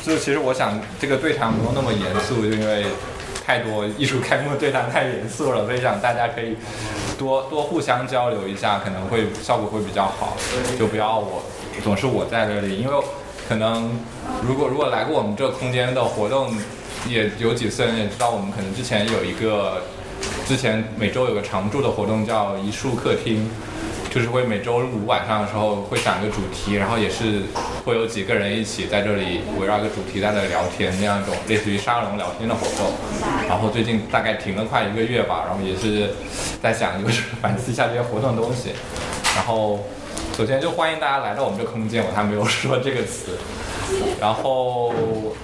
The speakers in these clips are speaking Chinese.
就其实我想这个对谈不用那么严肃，就因为太多艺术开幕对谈太严肃了，所以想大家可以多互相交流一下，可能会效果会比较好。就不要总是我在这里，因为可能如果来过我们这个空间的活动，也有几次人也知道，我们可能之前每周有个常驻的活动叫一树客厅。就是会每周五晚上的时候会想一个主题，然后也是会有几个人一起在这里围绕一个主题在这里聊天，那样一种类似于沙龙聊天的活动。然后最近大概停了快1个月吧，然后也是在想就是反思一下这些活动的东西。然后首先就欢迎大家来到我们这个空间，我还没有说这个词。然后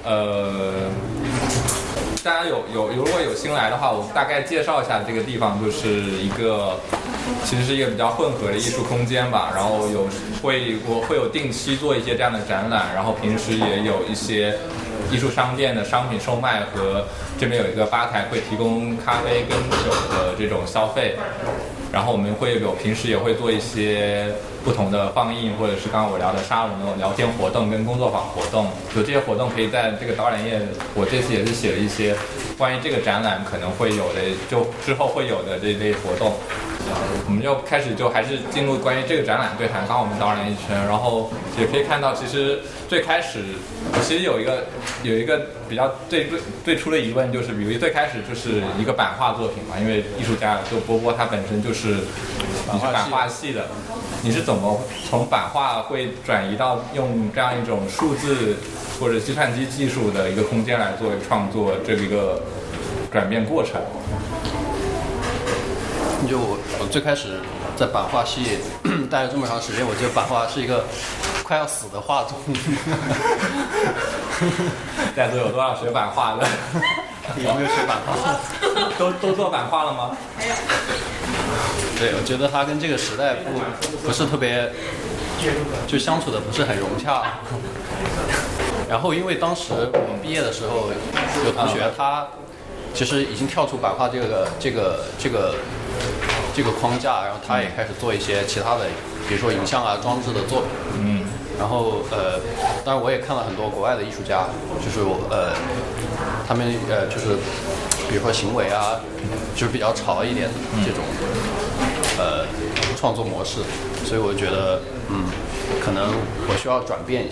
大家如果有新来的话，我大概介绍一下这个地方，就是其实是一个比较混合的艺术空间吧。然后我会有定期做一些这样的展览，然后平时也有一些艺术商店的商品售卖，和这边有一个吧台会提供咖啡跟酒的这种消费。然后我们平时也会做一些不同的放映，或者是刚刚我聊的沙龙的聊天活动跟工作坊活动。就这些活动可以在这个导览页，我这次也是写了一些关于这个展览可能会有的，就之后会有的这类活动。我们就开始就还是进入关于这个展览对谈，刚我们导览一圈，然后也可以看到，其实最开始其实有一个比较最初的疑问，就是比如最开始就是一个版画作品嘛，因为艺术家就波波他本身就是你是版画系的，你是怎么从版画会转移到用这样一种数字或者计算机技术的一个空间来作为创作这一个转变过程？ 就我最开始在版画系待了这么长时间，我觉得版画是一个快要死的画种。 在座有多少学版画的？ 有没有学版画？ 都做版画了吗？ 没有。 对，我觉得他跟这个时代不是特别，就相处的不是很融洽。然后因为当时我们毕业的时候，有同学他其实已经跳出版画这个框架，然后他也开始做一些其他的，比如说影像啊、装置的作品。然后当然我也看了很多国外的艺术家，就是他们就是比如说行为啊，就是比较潮一点的这种创作模式，所以我觉得可能我需要转变一下。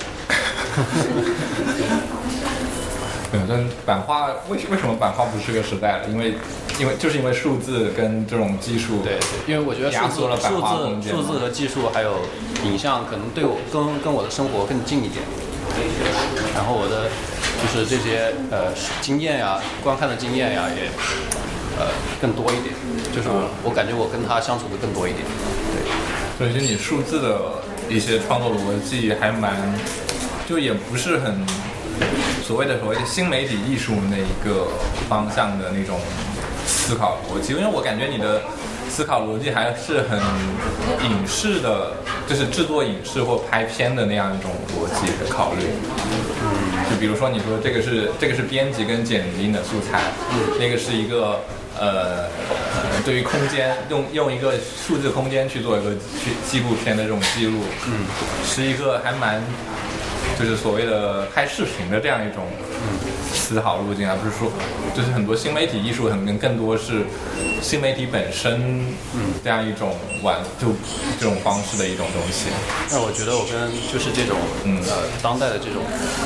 但版画为什么版画不是个时代了？因为数字跟这种技术， 对，因为我觉得数字和技术还有影像可能对我跟我的生活更近一点。然后我的就是这些经验呀、观看的经验呀也更多一点，就是我感觉我跟他相处的更多一点。 对，所以就你数字的一些创作逻辑还就也不是很所谓的新媒体艺术那一个方向的那种思考逻辑，因为我感觉你的思考逻辑还是很影视的，就是制作影视或拍片的那样一种逻辑的考虑。就比如说你说这个是编辑跟剪辑的素材，那个是一个对于空间用一个数字空间去做一个纪录片的这种记录，是一个还蛮就是所谓的拍视频的这样一种思考路径，而不是说就是很多新媒体艺术可能更多是新媒体本身这样一种这种方式的一种东西。 那我觉得我跟就是这种当代的这种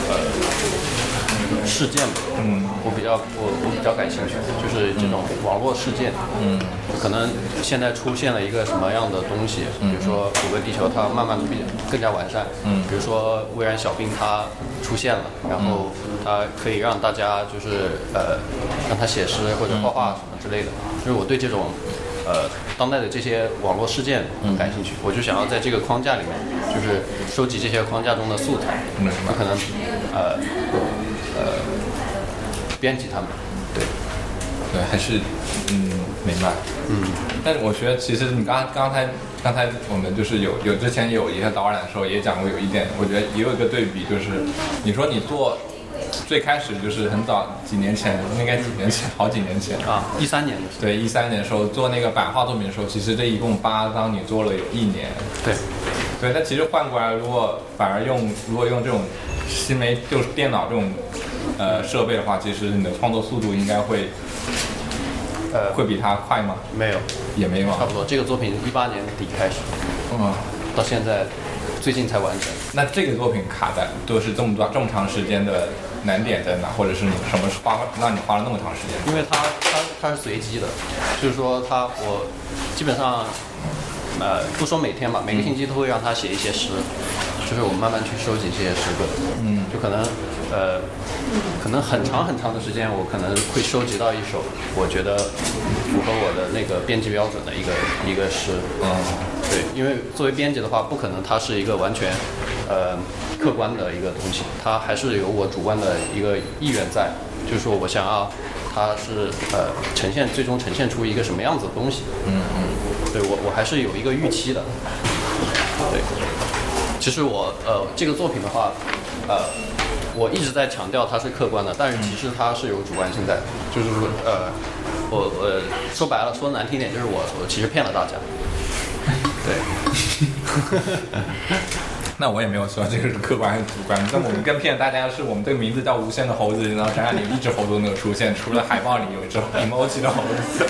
事件吧，我比较感兴趣，就是这种网络事件，可能现在出现了一个什么样的东西，比如说谷歌地球它慢慢的更加完善，比如说微软小兵它出现了，然后它可以让大家就是让他写诗或者画画什么之类的，就是我对这种当代的这些网络事件很感兴趣，我就想要在这个框架里面，就是收集这些框架中的素材，可能编辑他们，对， 还是明白，但是我觉得其实你刚才我们就是有之前有一些导览的时候也讲过，有一点我觉得也有一个对比，就是你说你做最开始就是很早几年前，应该好几年前啊，13年的时候， 对，13年的时候做那个版画作品的时候，其实这一共8张你做了有1年，对，那其实换过来，如果用这种就是电脑这种设备的话，其实你的创作速度应该会比它快吗？ 没有， 也没有， 差不多。这个作品18年底开始，到现在最近才完成。 那这个作品卡在都是这么长时间的难点在哪，或者是你什么让你花了那么长时间？ 因为它是随机的，就是说我基本上不说每天吧，每个星期都会让他写一些诗，就是我慢慢去收集这些诗歌，就可能很长的时间，我可能会收集到一首我觉得符合我的那个编辑标准的一个诗，对，因为作为编辑的话，不可能它是一个完全客观的一个东西，它还是有我主观的一个意愿在，就是说我想要它是最终呈现出一个什么样子的东西，对我还是有一个预期的，对。其实我这个作品的话，我一直在强调它是客观的，但是其实它是有主观性在的，就是说我说白了，说难听点，就是我其实骗了大家，对。 那我也没有说这个是客观还是主观，但我们更骗大家的是，我们这个名字叫无限的猴子，然后展览里一只猴子都没有出现，除了海报里有一只 emoji 的猴子。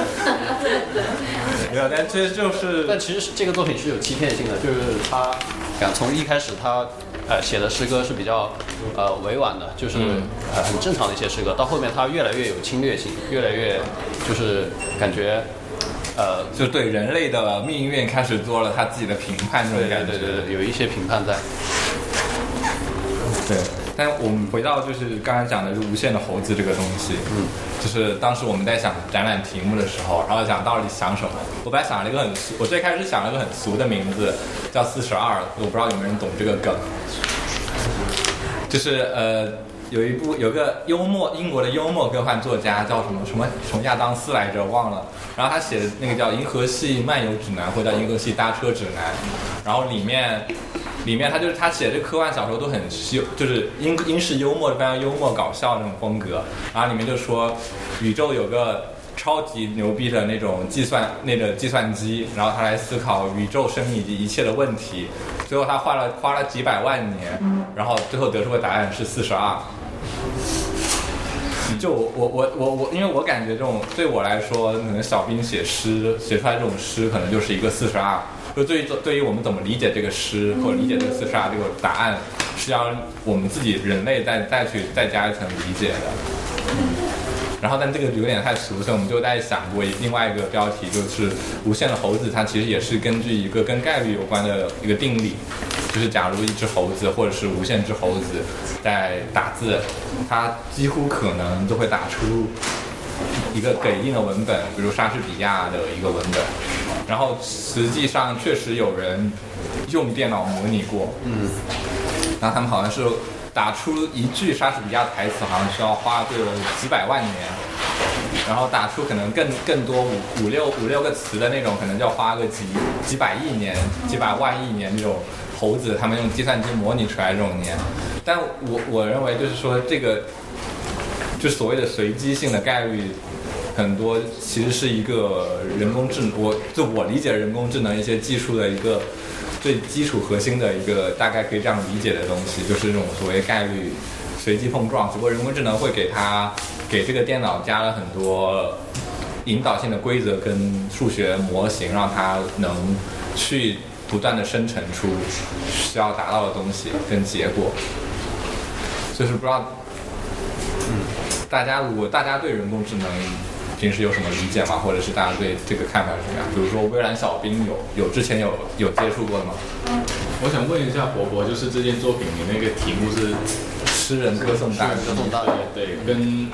没有，但其实但其实这个作品是有欺骗性的，就是他从一开始他写的诗歌是比较委婉的，就是很正常的一些诗歌，到后面他越来越有侵略性，越来越就是感觉。 就对人类的命运开始做了他自己的评判，这种感觉， 对，有一些评判在。 对，但我们回到就是刚才讲的无限的猴子这个东西，就是当时我们在想展览题目的时候，然后想到底想什么，我本来想了一个我最开始想了一个很俗的名字，叫42，我不知道有没有人懂这个梗，就是有个英国的幽默科幻作家叫什么亚当斯来着忘了，然后他写的那个叫《银河系漫游指南》或者叫《银河系搭车指南》，然后里面他写的这科幻小说都很就是英式幽默，非常幽默搞笑那种风格，然后里面就说宇宙有个超级牛逼的那种计算机，然后他来思考宇宙生命以及一切的问题，最后他花了几百万年，然后最后得出的答案是42。就我因为我感觉这种对我来说，可能小兵写诗写出来这种诗，可能就是一个42。就对于我们怎么理解这个诗或者理解这个42这个答案，是要我们自己人类再加一层理解的。然后但这个有点太俗，所以我们就在想过另外一个标题，就是无限的猴子，它其实也是根据一个跟概率有关的一个定理，就是假如一只猴子或者是无限只猴子在打字，它几乎可能都会打出一个给定的文本，比如莎士比亚的一个文本。然后实际上确实有人用电脑模拟过，然后他们好像是打出一句莎士比亚的台词，好像需要花个几百万年，然后打出可能更多五六个词的那种，可能就要花个几百亿年、几百万亿年这种猴子，他们用计算机模拟出来这种年。但我认为就是说这个，就所谓的随机性的概率，很多其实是一个人工智能，我理解人工智能一些技术的一个最基础核心的一个大概可以这样理解的东西，就是这种所谓概率随机碰撞。只不过人工智能会给这个电脑加了很多引导性的规则跟数学模型，让它能去不断的生成出需要达到的东西跟结果。就是不知道，如果大家对人工智能平时有什么理解吗？或者是大家对这个看法是什么样？比如说微软小兵之前有接触过的吗？ 我想问一下伯伯，就是这件作品里那个题目是诗人歌颂大地， 对，跟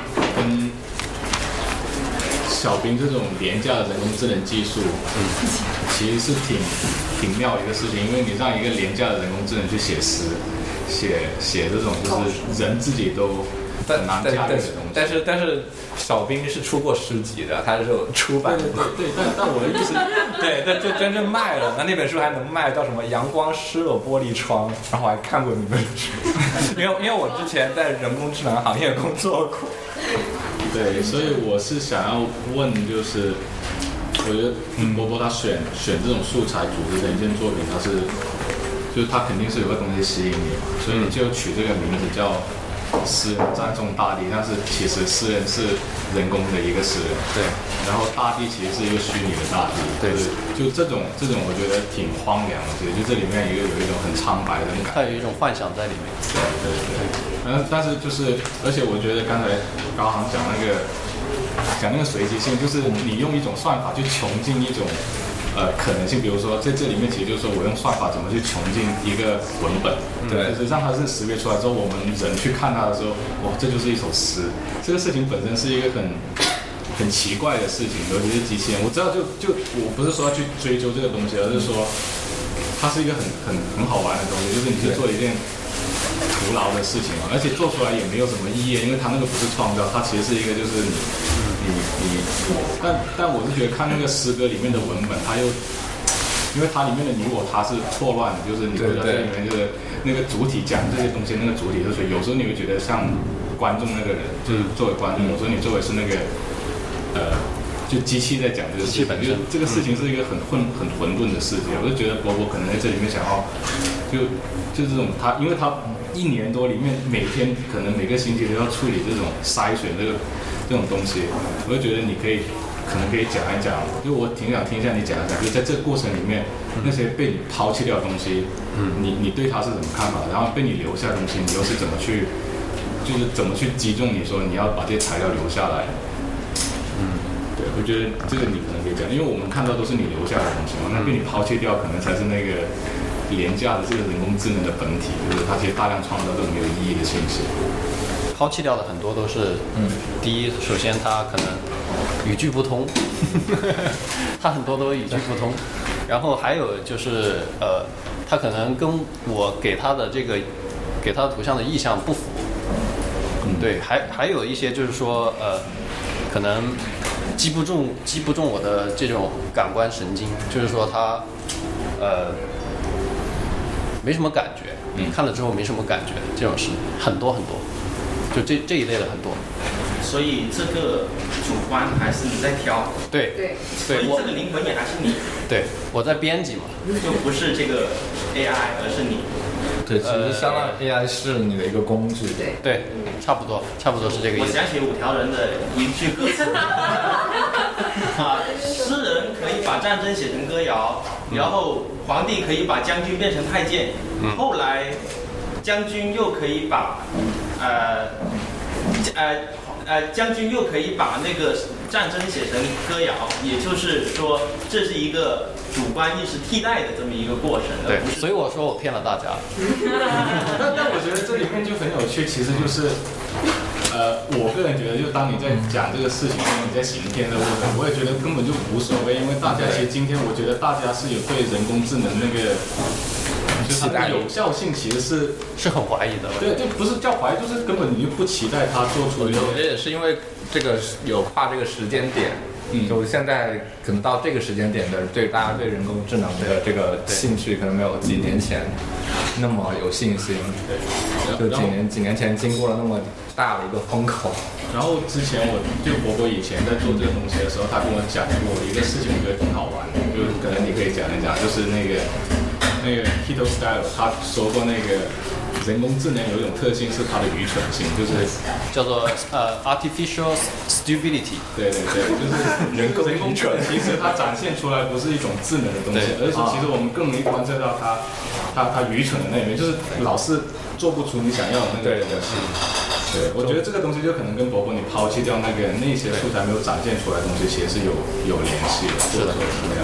小兵这种廉价的人工智能技术，其实是挺妙的一个事情，因为你让一个廉价的人工智能去写诗，写这种就是人自己都很难驾驭的东西。 但是小兵是出过诗集的，他是有出版过。 对，但我的意思， 对，就真正卖了。那本书还能卖，叫什么《阳光湿了玻璃窗》，然后我还看过那本书，因为我之前在人工智能行业工作过。 对，所以我是想要问，就是我觉得波波他选这种素材组织的一件作品，他是就是它肯定是有个东西吸引你嘛，所以你就取这个名字叫诗人赞颂大地，但是其实诗人是人工的一个诗人， 对， 然后大地其实是一个虚拟的大地， 对， 就这种我觉得挺荒凉的，就这里面有一种很苍白的那种感觉， 它有一种幻想在里面， 对，但是就是，而且我觉得刚才高航讲那个随机性，就是你用一种算法去穷尽一种可能性，比如说在这里面其实就是说我用算法怎么去穷尽一个文本， 对， 就是让它是识别出来之后，我们人去看它的时候，哇，这就是一首诗。这个事情本身是一个很奇怪的事情，尤其是机器人。我知道就我不是说要去追究这个东西，而是说它是一个很好玩的东西，就是你去做一件徒劳的事情嘛，而且做出来也没有什么意义，因为它那个不是创造，它其实是一个就是你，但我是觉得看那个诗歌里面的文本，它又因为它里面的你我他是错乱的，就是你不知道这里面就是那个主体讲这些东西，那个主体是谁，有时候你会觉得像观众那个人，就是作为观众，有时候你作为是那个就机器在讲这个事情，就这个事情是一个很混沌的世界。我就觉得伯伯可能在这里面想要就这种因为他1年多里面每天可能每个星期都要处理这种筛选这种东西，我就觉得你可能可以讲一讲，就我挺想听一下你讲一讲，就在这个过程里面那些被你抛弃掉的东西，你对它是怎么看法？然后被你留下的东西，你又是怎么去击中你说你要把这些材料留下来？对，我觉得这个你可能可以讲，因为我们看到都是你留下的东西嘛，那被你抛弃掉，可能才是那个廉价的这个人工智能的本体，就是它其实大量创造这种没有意义的信息。 抛弃掉的很多都是，第一，首先它可能语句不通，它很多都语句不通，然后还有就是它可能跟我给它的图像的意象不符，对，还有一些就是说可能击不中我的这种感官神经，就是说它没什么感觉，看了之后没什么感觉，这种是很多很多。就这一类的很多， 所以这个主观还是你在挑， 对， 所以这个灵魂也还是你， 对，我在编辑嘛， 就不是这个 AI， 而是你。 对，其实相当于 AI 是你的一个工具， 对，差不多是这个意思。 我想起5条人的一句歌词诗人可以把战争写成歌谣，然后皇帝可以把将军变成太监，后来将军又可以把将军又可以把那个战争写成歌谣，也就是说，这是一个主观意识替代的这么一个过程。 对，所以我说我骗了大家。 但我觉得这里面就很有趣，其实就是我个人觉得，就当你在讲这个事情，你在行骗的过程，我也觉得根本就无所谓，因为大家其实今天我觉得大家是有对人工智能那个。就是它的有效性其实是很怀疑的， 对，就不是叫怀疑，就是根本你就不期待它做出。 我觉得也是因为这个有跨这个时间点，就现在可能到这个时间点的，大家对人工智能的这个兴趣可能没有几年前那么有信心。对，就几年前经过了那么大的一个风口。 然后之前伯伯以前在做这个东西的时候，他跟我讲过一个事情，我觉得挺好玩的，就可能你可以讲一讲，就是那个 Hito Style 他说过那个人工智能有一种特性是它的愚蠢性，就是叫做artificial stupidity。 对，就是人工愚蠢。其实它展现出来不是一种智能的东西，而是其实我们更容易观测到它愚蠢的那一面，就是老是做不出你想要的那个东西。对，我觉得这个东西就可能跟伯伯你抛弃掉那些素材没有展现出来的东西，其实是有联系的。 是的， 是这样。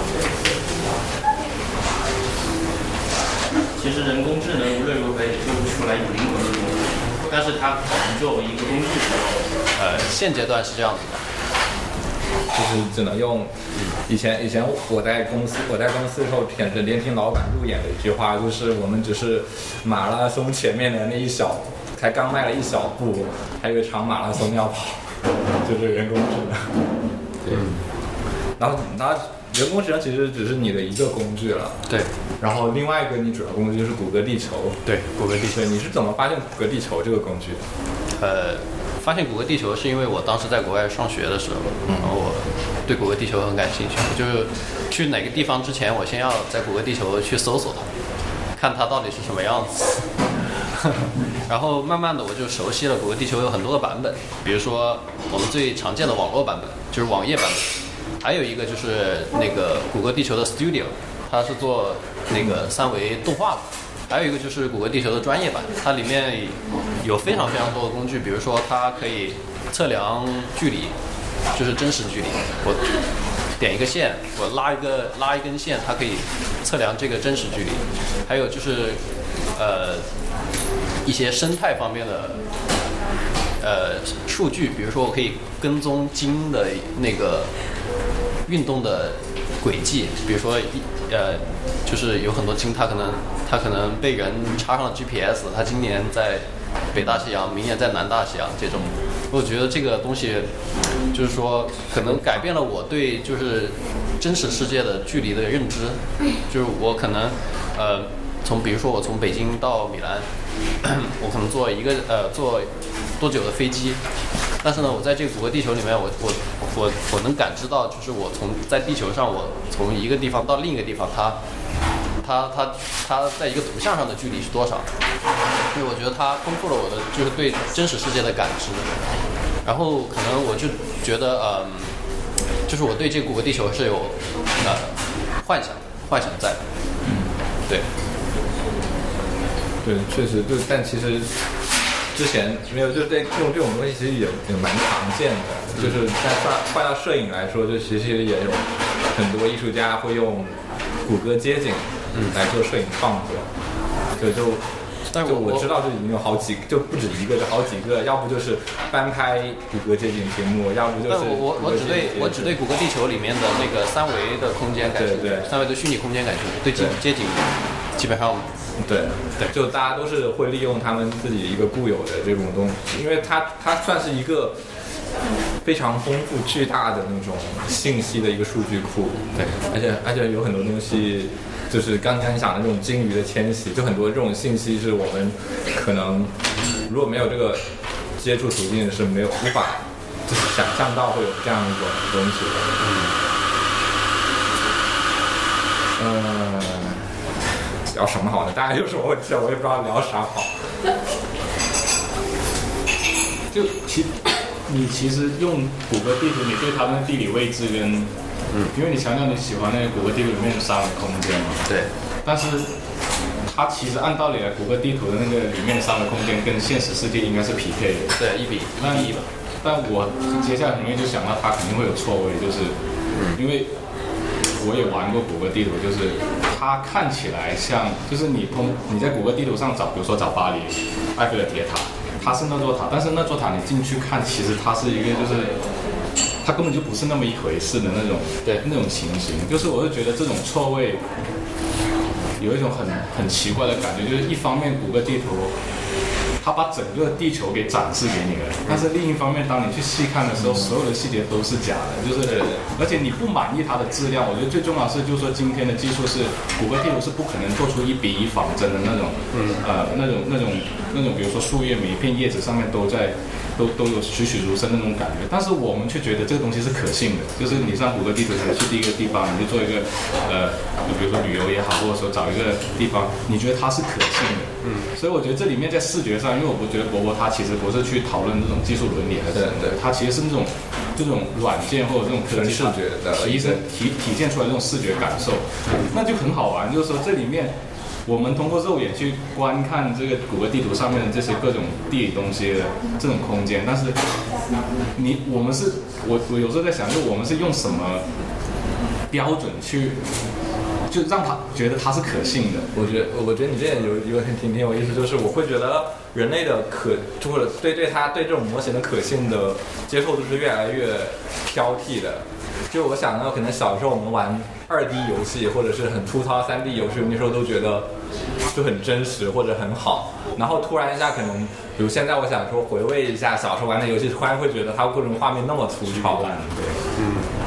其实人工智能无论如何也做不出来有灵魂的东西，但是它可能作为一个工具。 现阶段是这样子的， 就是只能用以前我在公司的时候整天听老板路演的一句话，就是我们只是马拉松前面的那一小，才刚迈了一小步，还有一场马拉松要跑，就是人工智能。对，然后人工智能其实只是你的一个工具了。 对。 然后另外一个你主要工具就是谷歌地球。 对，谷歌地球。 对，你是怎么发现谷歌地球这个工具的？发现谷歌地球是因为我当时在国外上学的时候，然后我对谷歌地球很感兴趣，就是去哪个地方之前，我先要在谷歌地球去搜索它， 看它到底是什么样子。然后慢慢的我就熟悉了谷歌地球有很多的版本，比如说我们最常见的网络版本，就是网页版本，还有一个就是那个谷歌地球的 Studio， 它是做那个3维动画的，还有一个就是谷歌地球的专业版，它里面有非常非常多的工具，比如说它可以测量距离，就是真实距离，我点一个线，我拉一根线，它可以测量这个真实距离。还有就是一些生态方面的数据，比如说我可以跟踪鲸的那个运动的轨迹，比如说就是有很多鲸它可能被人插上了 GPS， 它今年在北大西洋，明年在南大西洋这种。我觉得这个东西就是说可能改变了我对就是真实世界的距离的认知，就是我可能比如说我从北京到米兰，我可能坐多久的飞机，但是呢我在这个谷歌地球里面我能感知到，就是我在地球上我从一个地方到另一个地方，它在一个图像上的距离是多少，所以我觉得它丰富了我的就是对真实世界的感知。然后可能我就觉得就是我对这个谷歌地球是有幻想在的。对， 确实但其实之前没有，就是用这种东西其实也蛮常见的，就是换到摄影来说，就其实也有很多艺术家会用谷歌街景来做摄影创作，但是我知道就已经有好几，就不止一个，就好几个，要不就是翻拍谷歌街景屏幕，要不就是我只对谷歌地球里面的那个3维的空间感兴趣，3维的虚拟空间感兴趣，对街景基本上对，就大家都是会利用他们自己一个固有的这种东西，因为它算是一个非常丰富巨大的那种信息的一个数据库。对，而且有很多东西，就是刚刚讲的那种鲸鱼的迁徙，就很多这种信息是我们可能如果没有这个接触途径是无法就是想象到会有这样一种东西的。聊什么好呢？大家有什么问题？我也不知道聊啥好。 就你其实用谷歌地图，你对它的地理位置跟因为你强调你喜欢那个谷歌地图里面的3维空间嘛， 对。 但是它其实按道理来，谷歌地图的那个里面的3维空间跟现实世界应该是匹配的。 对，1比1吧。 但我接下来很容易就想到它肯定会有错位，就是因为我也玩过谷歌地图，就是它看起来像，就是你在谷歌地图上找，比如说找巴黎埃菲尔铁塔，它是那座塔，但是那座塔你进去看，其实它是一个就是它根本就不是那么一回事的那种，对，那种情形。就是我就觉得这种错位有一种很奇怪的感觉，就是一方面谷歌地图它把整个地球给展示给你了，但是另一方面，当你去细看的时候，所有的细节都是假的，就是而且你不满意它的质量。我觉得最重要的是，就是说今天的技术是谷歌地图是不可能做出1比1仿真的那种，那种，比如说树叶每一片叶子上面都有栩栩如生那种感觉，但是我们却觉得这个东西是可信的，就是你上谷歌地图去第一个地方，你就做一个比如说旅游也好，或者说找一个地方，你觉得它是可信的，所以我觉得这里面在视觉上，因为我不觉得博他其实不是去讨论这种技术伦理还是什么的，他其实是这种软件或者这种科技视觉的体现出来这种视觉感受，那就很好玩，就是说这里面。我们通过肉眼去观看这个谷歌地图上面的这些各种地理东西的这种空间，但是我有时候在想，就我们是用什么标准去，就让他觉得它是可信的。 我觉得你这点有挺有意思，就是我会觉得人类的或者对这种模型的可信的接受度是越来越挑剔的。就我想到，可能小时候我们玩2D 游戏或者是很粗糙3D 游戏，那时候都觉得就很真实或者很好。然后突然一下，可能比如现在我想说回味一下小时候玩的游戏，突然会觉得它各种画面那么粗糙。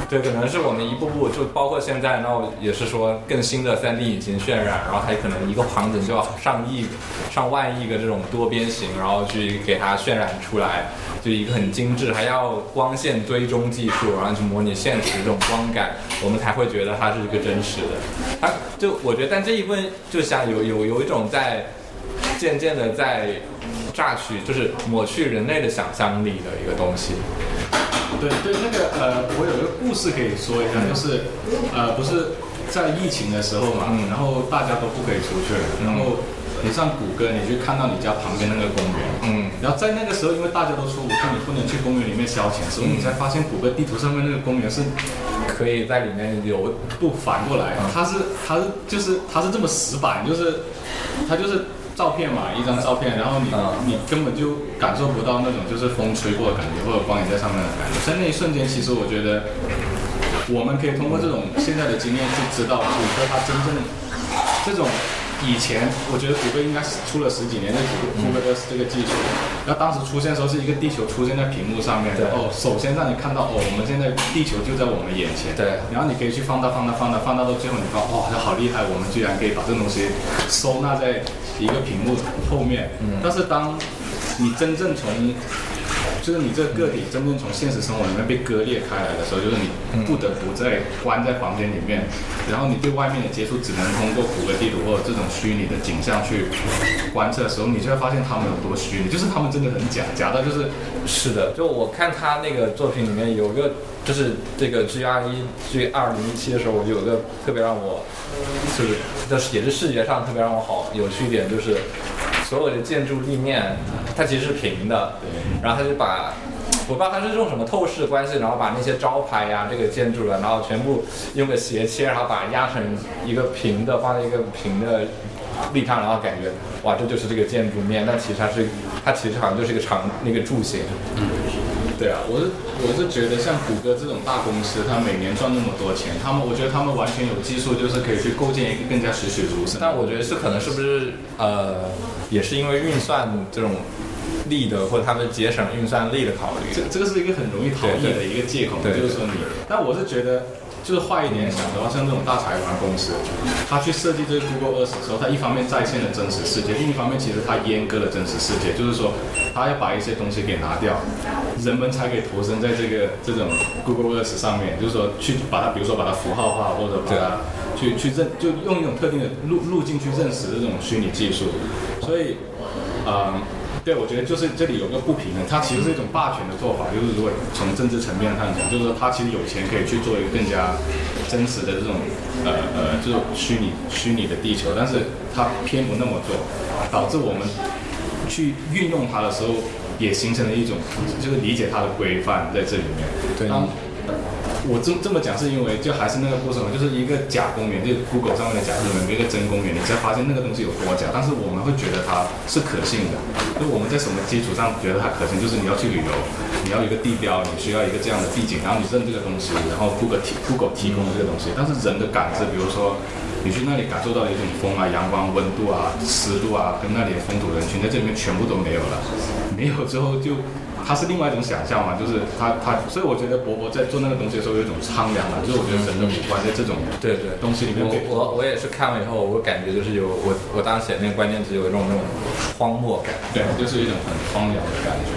对，可能是我们一步步，就包括现在，然后也是说更新的3D 引擎渲染，然后它可能一个场景就要上万亿个这种多边形，然后去给它渲染出来，就一个很精致，还要光线追踪技术，然后去模拟现实这种光感，我们才会觉得它是一个真实的。它就我觉得，但这一部分就像有一种在渐渐的在榨取，就是抹去人类的想象力的一个东西。 对，那个我有一个故事可以说一下，就是不是在疫情的时候嘛，然后大家都不可以出去了，然后你上谷歌，你去看到你家旁边那个公园，然后在那个时候，因为大家都出五就你不能去公园里面消遣，所以你才发现谷歌地图上面那个公园是可以在里面有不反过来，它是这么死板，就是它就是照片嘛，一张照片，然后你根本就感受不到那种就是风吹过的感觉，或者光影在上面的感觉。在那一瞬间，其实我觉得我们可以通过这种现在的经验去知道谷歌它真正这种。以前我觉得谷歌应该是出了10几年的谷歌Earth这个技术，然后当时出现的时候是一个地球出现在屏幕上面，首先让你看到我们现在地球就在我们眼前， 对， 然后你可以去放大到最后，你发现好厉害，我们居然可以把这东西收纳在一个屏幕后面。但是当你真正就是你这个个体真正从现实生活里面被割裂开来的时候，就是你不得不关在房间里面，然后你对外面的接触只能通过谷歌地图或者这种虚拟的景象去观测的时候，你就会发现他们有多虚拟，就是他们真的很假到就是是的。就我看他那个作品里面有一个，就是这个 G2017的时候，我就有一个特别让我就是也是视觉上特别让我好有趣一点，就是所有的建筑立面它其实是平的，然后他就把我不知道他是用什么透视关系，然后把那些招牌呀、这个建筑然后全部用个斜切，然后把它压成一个平的，放在一个平的立上，然后感觉哇，这就是这个建筑面，但其实它其实好像就是一个那个柱形。 对啊，我是觉得像谷歌这种大公司，它每年赚那么多钱，我觉得他们完全有技术，就是可以去构建一个更加栩栩如生。 但我觉得可能是不是也是因为运算这种力的，或者他们节省运算力的考虑。 这个是一个很容易逃逸的一个借口，就是说但我是觉得。就是坏一点想的话，像这种大财团公司，他去设计这个 Google Earth 的时候，他一方面再现了真实世界，另一方面其实他阉割了真实世界，就是说他要把一些东西给拿掉，人们才可以投身在这种 Google Earth 上面，就是说去把它，比如说把它符号化，或者把它就用一种特定的路径去认识这种虚拟技术，所以对，我觉得就是这里有个不平衡，它其实是一种霸权的做法，就是如果从政治层面上讲，就是说它其实有钱可以去做一个更加真实的这种这种虚拟的地球，但是它偏不那么做，导致我们去运用它的时候，也形成了一种就是理解它的规范在这里面。 对。 我这么讲是因为就还是那个故事嘛，就是一个假公园，就是 Google 上面的假公园跟一个真公园，你才发现那个东西有多假。但是我们会觉得它是可信的，就我们在什么基础上觉得它可信？就是你要去旅游，你要有一个地标，你需要一个这样的地景，然后你认这个东西，然后 Google 提供这个东西。但是人的感知，比如说你去那里感受到的一种风啊、阳光、温度啊、湿度啊，跟那里的风土人群在这里面全部都没有了。没有之后就。它是另外一种想象嘛，就是它，所以我觉得伯伯在做那个东西的时候有一种苍凉嘛，就是我觉得人的五官在这种东西里面。 我也是看了以后，我感觉就是我当时写那个关键词有一种那种荒漠感， 对，就是一种很荒凉的感觉。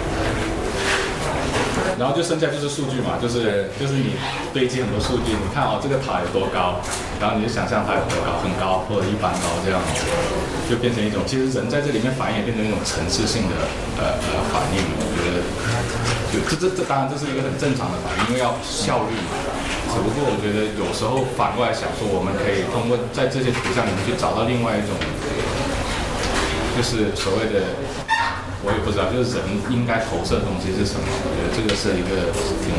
然后就剩下就是数据嘛，就是你堆积很多数据，你看这个塔有多高，然后你就想象它有多高，很高或者一般高这样，就变成一种，其实人在这里面反应也变成一种层次性的反应。我觉得就这当然这是一个很正常的反应，因为要效率嘛。只不过我觉得有时候反过来想说，我们可以通过在这些图像里面去找到另外一种，就是所谓的。我也不知道，就是人应该投射的东西是什么？我觉得这个是一个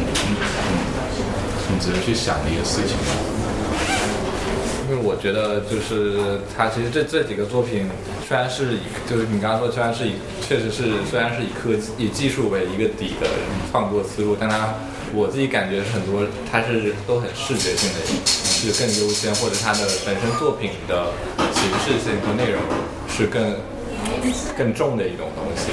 挺值得去想的一个事情。 因为我觉得就是他其实这几个作品虽然是就是你刚刚说确实是虽然是以技术为一个底的创作思路，但我自己感觉是很多它是都很视觉性的，是更优先，或者它的本身作品的形式性和内容是更重的一种东西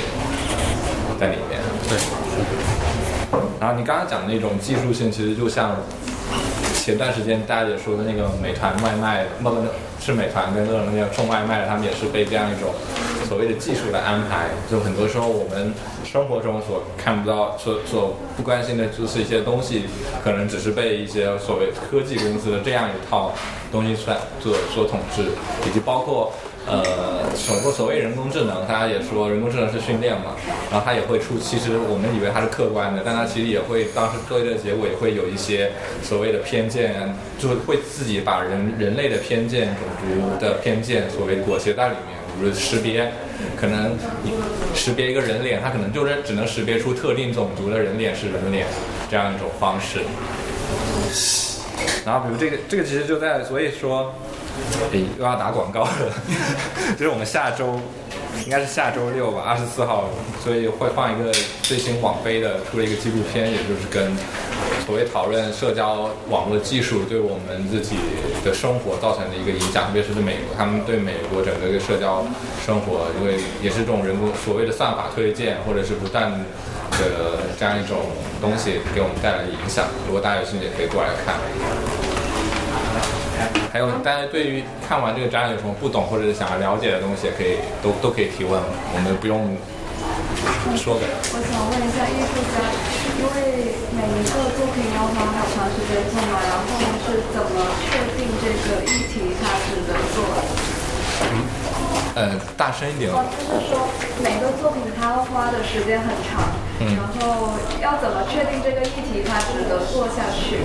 在里面。 对。 然后你刚刚讲的那种技术性，其实就像前段时间大家也说的那个美团外卖，不是美团跟饿了么那个送外卖的，他们也是被这样一种所谓的技术的安排，就很多时候我们生活中所看不到、所不关心的，就是一些东西，可能只是被一些所谓科技公司的这样一套东西所统治，以及包括所谓人工智能，大家也说人工智能是训练嘛，然后它也会其实我们以为它是客观的，但它其实也会当时做的结果也会有一些所谓的偏见，就会自己把人类的偏见、种族的偏见所谓裹挟在里面。比如识别，可能识别一个人脸，它可能就是只能识别出特定种族的人脸是人脸这样一种方式。然后比如这个其实就在，所以说又要打广告了，就是我们下周应该是下周6吧，24号，所以会放一个最新网飞的出了一个纪录片，也就是跟所谓讨论社交网络技术对我们自己的生活造成的一个影响，特别是对美国，他们对美国整个一个社交生活，因为也是这种人工所谓的算法推荐，或者是不断的这样一种东西给我们带来的影响。如果大家有兴趣，也可以过来看。还有大家对于看完这个展览有什么不懂或者是想要了解的东西，也可以都可以提问，我们不用说的。 我想问一下艺术家，因为每一个作品要花好长时间做嘛，然后是怎么确定这个议题它值得做？ 大声一点。 就是说每个作品它花的时间很长，然后要怎么确定这个议题它值得做下去？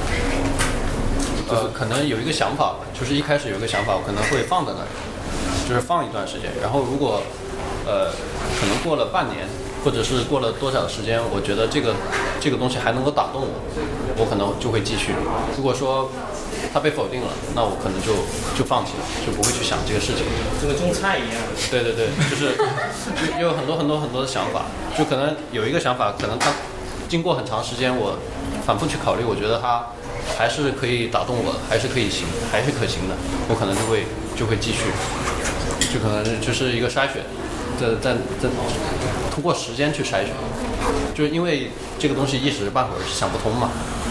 可能有一个想法，就是一开始有一个想法，我可能会放在那里，就是放一段时间，然后如果可能过了半年，或者是过了多少时间，我觉得这个东西还能够打动我可能就会继续。如果说它被否定了，那我可能就放弃了，就不会去想这个事情。 这个种菜一样。对， 就是有很多的想法，就可能有一个想法，可能它经过很长时间，我反复去考虑，我觉得它还是可以打动我，还是可行的，我可能就会继续，就可能就是一个筛选，再通过时间去筛选，就是因为这个东西一时半会儿是想不通嘛。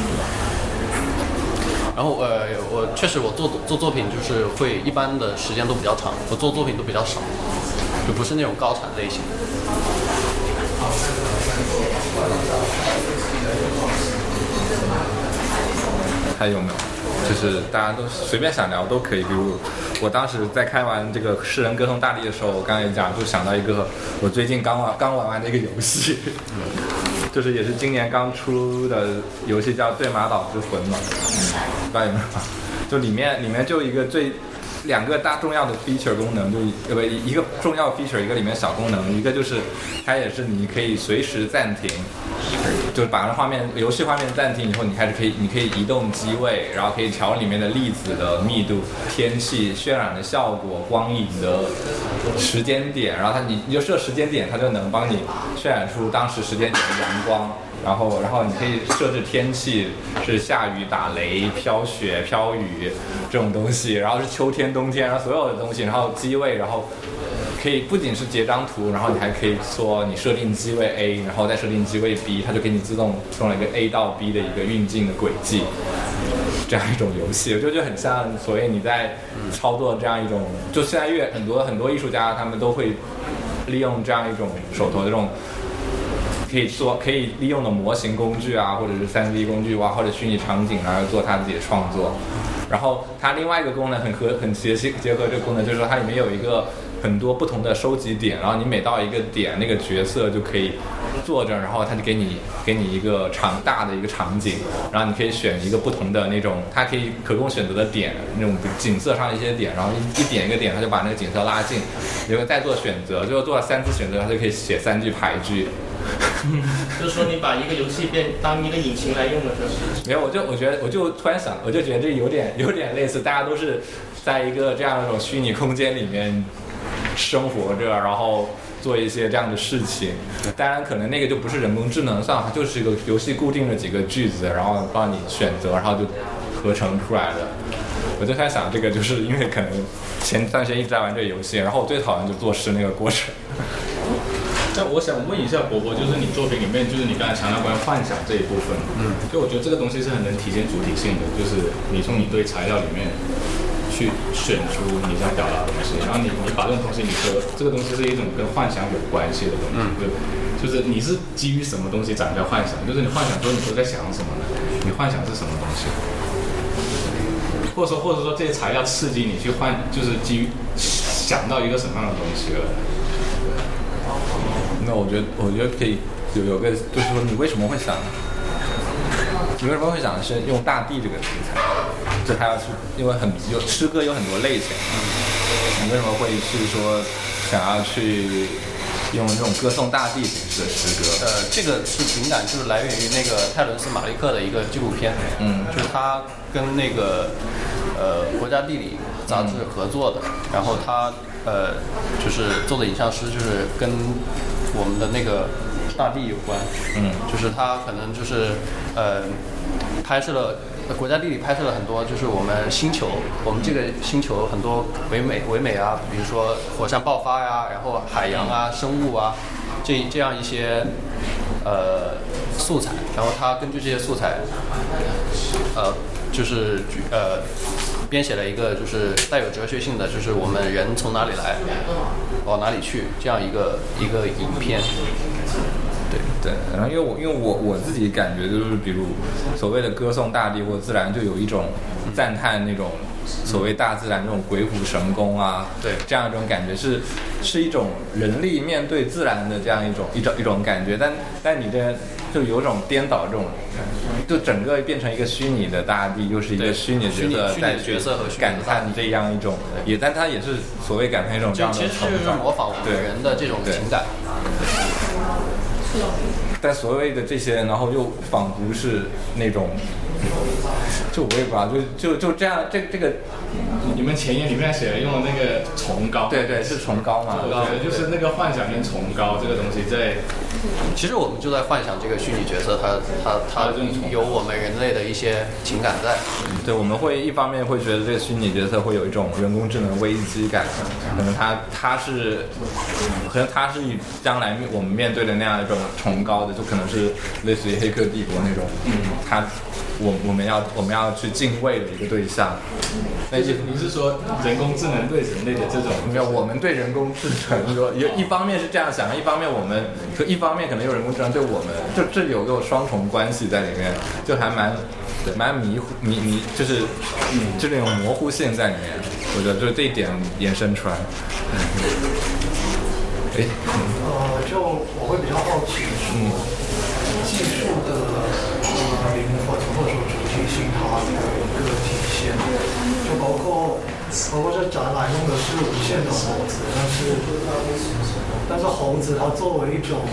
然后我确实我做作品就是会一般的时间都比较长，我做作品都比较少，就不是那种高产类型。 还有没有？就是大家都随便想聊都可以。比如我当时在开完这个《诗人歌颂大地》的时候，我刚才也讲，就想到一个我最近刚玩完的一个游戏，就是也是今年刚出的游戏，叫《对马岛之魂》嘛，不知道有没有？就里面就一个两个大重要的 feature 功能，就一个重要 feature， 一个里面小功能，一个就是它也是你可以随时暂停，就是把游戏画面暂停以后，你可以移动机位，然后可以调里面的粒子的密度、天气、渲染的效果、光影的时间点，然后你就设时间点，它就能帮你渲染出当时时间点的阳光。然后你可以设置天气是下雨、打雷、飘雪、飘雨这种东西，然后是秋天、冬天，然后所有的东西，然后机位，然后可以不仅是截张图，然后你还可以说你设定机位 A， 然后再设定机位 B， 它就给你自动送了一个 A 到 B 的一个运镜的轨迹，这样一种游戏，我就觉得很像所谓你在操作这样一种，就现在很多艺术家他们都会利用这样一种手头的这种。可以利用的模型工具啊，或者是3D 工具啊，或者虚拟场景啊，做他自己的创作。然后它另外一个功能很结合这个功能，就是说它里面有一个很多不同的收集点，然后你每到一个点，那个角色就可以坐着，然后它就给你一个大的一个场景，然后你可以选一个不同的那种，它可供选择的点，那种景色上的一些点，然后一点一个点，它就把那个景色拉近，然后再做选择，最后做了3次选择，它就可以写3句牌句。 就是说你把一个游戏当一个引擎来用的是？ 没有，我就突然想，我就觉得这有点类似，大家都是在一个这样一种虚拟空间里面生活着，然后做一些这样的事情。当然，可能那个就不是人工智能算法，它就是一个游戏固定的几个句子，然后帮你选择，然后就合成出来的。我就在想，这个就是因为可能前段时间一直在玩这个游戏，然后我最讨厌就作诗那个过程。 那我想问一下伯伯，就是你作品里面，就是你刚才强调关于幻想这一部分，就我觉得这个东西是很能体现主体性的，就是你从一堆材料里面去选出你想表达的东西，然后你把这种东西，你说这个东西是一种跟幻想有关系的东西，就是你是基于什么东西展开幻想？就是你幻想说你都在想什么呢？你幻想是什么东西？或者说这些材料刺激你去就是基于想到一个什么样的东西了？ 那我觉得可以有个，就是说你为什么会想？你为什么会想是用大地这个题材？这还要是因为诗歌有很多类型，你为什么会是说想要去用这种歌颂大地形式的诗歌？ 这个是灵感，就是来源于那个泰伦斯·马利克的一个纪录片，就是他跟那个国家地理杂志合作的，然后他就是做的影像师就是跟我们的那个大地有关，就是他可能就是拍摄了国家地理拍摄了很多，就是我们星球，我们这个星球很多唯美啊，比如说火山爆发呀，然后海洋啊、生物啊，这样一些素材，然后他根据这些素材，就是编写了一个就是带有哲学性的，就是我们人从哪里来，往哪里去这样一个影片。 对，然后因为我自己感觉就是，比如所谓的歌颂大地或自然，就有一种赞叹那种所谓大自然这种鬼斧神工啊， 对， 这样一种感觉是一种人力面对自然的这样一种感觉，但你这就有种颠倒这种，就整个变成一个虚拟的大地，又是一个虚拟的角色和感叹这样一种，但它也是所谓感叹一种这样的成长， 其实就是模仿我们人的这种情感。 但所谓的这些，然后又仿佛是那种，就我也不知道，就这样，这个， 你们前言里面写了用的那个崇高， 对，是崇高嘛？ 我觉得就是那个幻想跟崇高这个东西在。 其实我们就在幻想这个虚拟角色，它有我们人类的一些情感在。 对，我们会一方面会觉得这个虚拟角色会有一种人工智能危机感，可能它是将来我们面对的那样一种崇高的，就可能是类似于《黑客帝国》那种，我们要去敬畏的一个对象。 那你是说人工智能对人类的这种？ 没有，我们对人工智能说，一方面是这样想，一方面可能有人工智能对我们，就这里有个双重关系在里面，就还蛮迷，就是就那种模糊性在里面，我觉得就是这一点延伸出来。 就我会比较好奇说，技术的灵魂或者说主体性它的一个体现，就包括这展览用的是无限的猴子，但是猴子它作为一种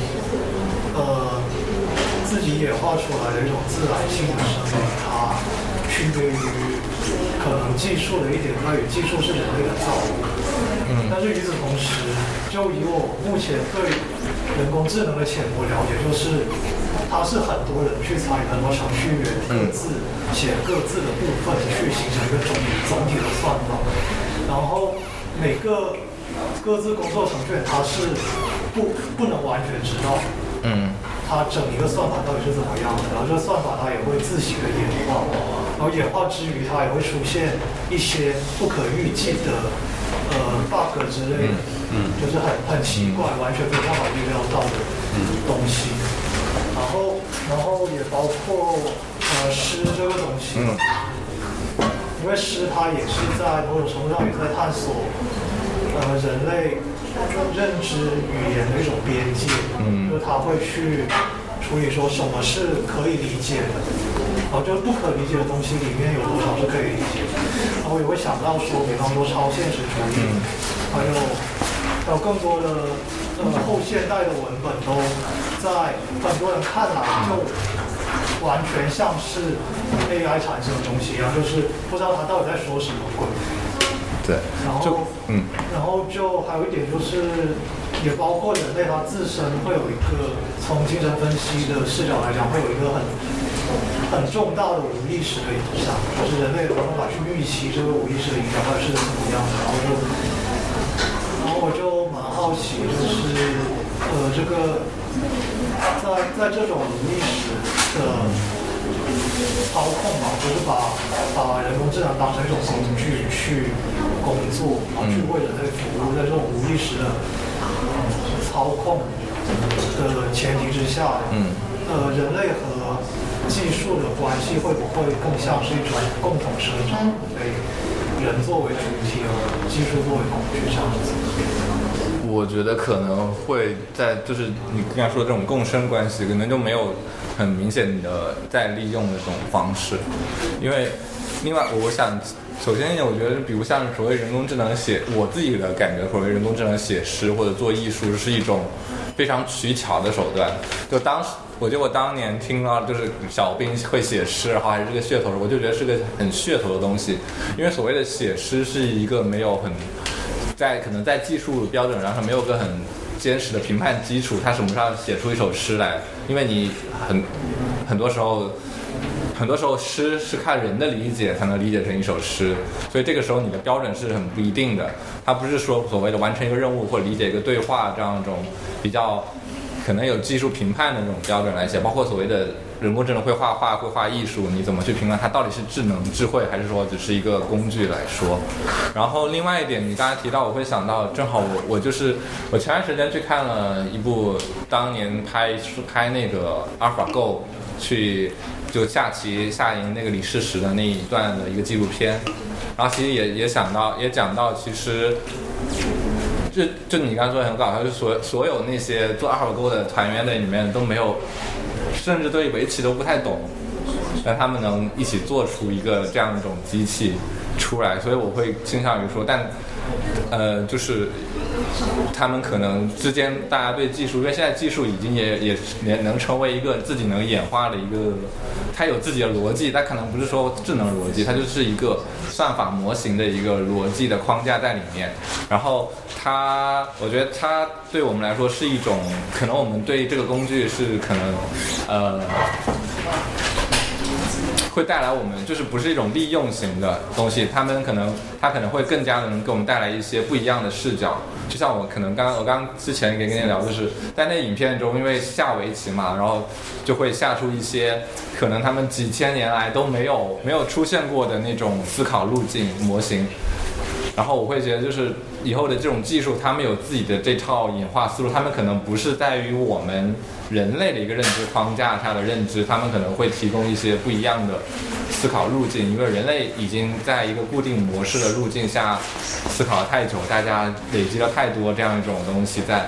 自己演化出来的一种自然性的生命，它区别于可能技术的一点在于技术是人类的造物，但是与此同时，就以我目前对人工智能的浅薄了解，就是它是很多人去参与，很多程序员各自写各自的部分，去形成一个总体的算法，然后每个各自工作程序员他是不能完全知道，它整一个算法到底是怎么样的，然后这个算法它也会自行的演化，然后演化之余它也会出现一些不可预计的bug 之类的，就是很奇怪，完全没有办法预料到的东西，然后也包括诗这个东西，因为诗它也是在某种程度上也在探索人类认知语言的一种边界，就是他会去处理说什么是可以理解的，然后就是不可理解的东西里面有多少是可以理解的，然后也会想到说，比方说超现实主义，还有更多的后现代的文本都在很多人看来就完全像是 AI 产生的东西一样，就是不知道他到底在说什么鬼。 对， 然后就还有一点就是，也包括人类它自身会有一个从精神分析的视角来讲，会有一个很重大的无意识的影响，就是人类有办法去预期这个无意识的影响到底是怎么样的。然后我就蛮好奇，就是这个在这种无意识的操控嘛，就是把人工智能当成一种工具去工作，然后去为人类服务，在这种无意识的操控的前提之下，人类和技术的关系会不会更像是一种共同生长，被人作为主体，而技术作为工具这样子？ 我觉得可能会在就是你刚才说的这种共生关系，可能就没有很明显的在利用的这种方式，因为另外我想首先我觉得比如像所谓人工智能写，我自己的感觉所谓人工智能写诗或者做艺术是一种非常取巧的手段。就我觉得我当年听到就是小兵会写诗，然后还是这个噱头，我就觉得是个很噱头的东西，因为所谓的写诗是一个没有很可能在技术标准上没有个很坚实的评判基础，他什么时候写出一首诗来？因为你很多时候诗是看人的理解才能理解成一首诗，所以这个时候你的标准是很不一定的。它不是说所谓的完成一个任务或理解一个对话这样一种比较可能有技术评判的这种标准来写，包括所谓的人工智能会画画会画艺术，你怎么去评判它到底是智慧还是说只是一个工具来说？然后另外一点你刚才提到，我会想到正好我前段时间去看了一部当年拍那个 AlphaGo 去就下赢那个李世石的那一段的一个纪录片，然后其实也讲到其实就你刚才说的很搞笑，就所有那些做AlphaGo的团员的里面都没有，甚至对围棋都不太懂，但他们能一起做出一个这样一种机器出来，所以我会倾向于说，但就是他们可能之间大家对技术，因为现在技术已经也能成为一个自己能演化的一个，它有自己的逻辑，它可能不是说智能逻辑，它就是一个算法模型的一个逻辑的框架在里面。然后我觉得它对我们来说是一种，可能我们对这个工具是可能会带来我们就是不是一种利用型的东西，它可能会更加能给我们带来一些不一样的视角。就像我刚之前跟你聊，就是在那影片中，因为下围棋嘛，然后就会下出一些可能他们几千年来都没有出现过的那种思考路径模型。然后我会觉得就是以后的这种技术，他们有自己的这套演化思路，他们可能不是在于我们人类的一个认知框架下的认知，他们可能会提供一些不一样的思考路径，因为人类已经在一个固定模式的路径下思考了太久，大家累积了太多这样一种东西在。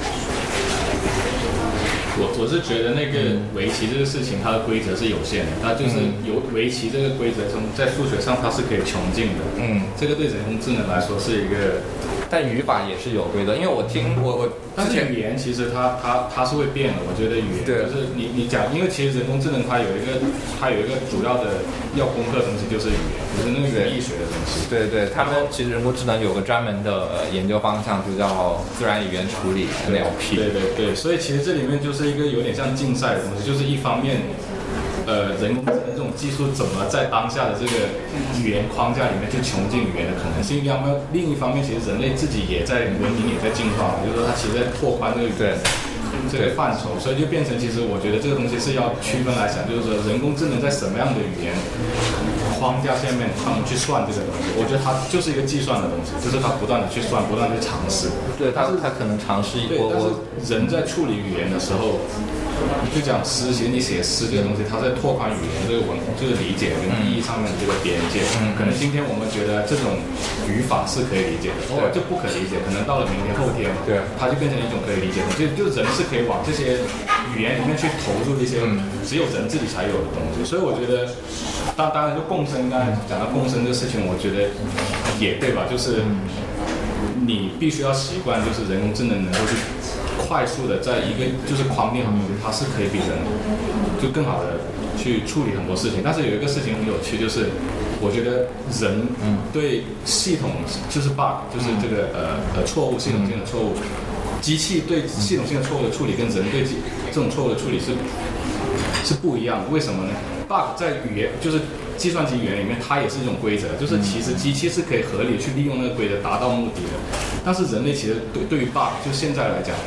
我是觉得那个围棋这个事情，它的规则是有限的，它就是有围棋这个规则中，在数学上它是可以穷尽的。这个对人工智能来说是一个， 但语法也是有规则，因为我但是语言其实它是会变的。我觉得语言就是你讲，因为其实人工智能它有一个主要的要攻克的东西就是语言，就是那个语义学的东西。 对，他们其实人工智能有个专门的研究方向，就叫自然语言处理 NLP。 对，所以其实这里面就是一个有点像竞赛的东西，就是一方面。人工智能这种技术怎么在当下的这个语言框架里面去穷尽语言的可能性？另一方面，其实人类自己也在文明也在进化，就是说它其实在拓宽这个语言这个范畴，所以就变成其实我觉得这个东西是要区分来讲，就是说人工智能在什么样的语言框架下面他们去算这个东西，我觉得它就是一个计算的东西，就是它不断的去算，不断的去尝试。 对，它可能尝试一波。 但是人在处理语言的时候。就讲诗，其实你写诗这个东西，它在拓宽语言这个就是理解跟意义上面的这个边界。可能今天我们觉得这种语法是可以理解的，偶尔就不可理解，可能到了明天后天，它就变成一种可以理解的。就是人是可以往这些语言里面去投入一些只有人自己才有的东西。所以我觉得，当然就共生，刚才讲到共生这个事情，我觉得也对吧？就是你必须要习惯，就是人工智能能够去。快速的在一个就是框定好东西，它是可以比人就更好的去处理很多事情。但是有一个事情很有趣，就是我觉得人对系统就是 bug， 就是这个错误系统性的错误，机器对系统性的错误的处理跟人对这种错误的处理是不一样的。为什么呢 ？bug 在语言就是计算机语言里面，它也是一种规则，就是其实机器是可以合理去利用那个规则达到目的的。但是人类其实对于 bug， 就现在来讲。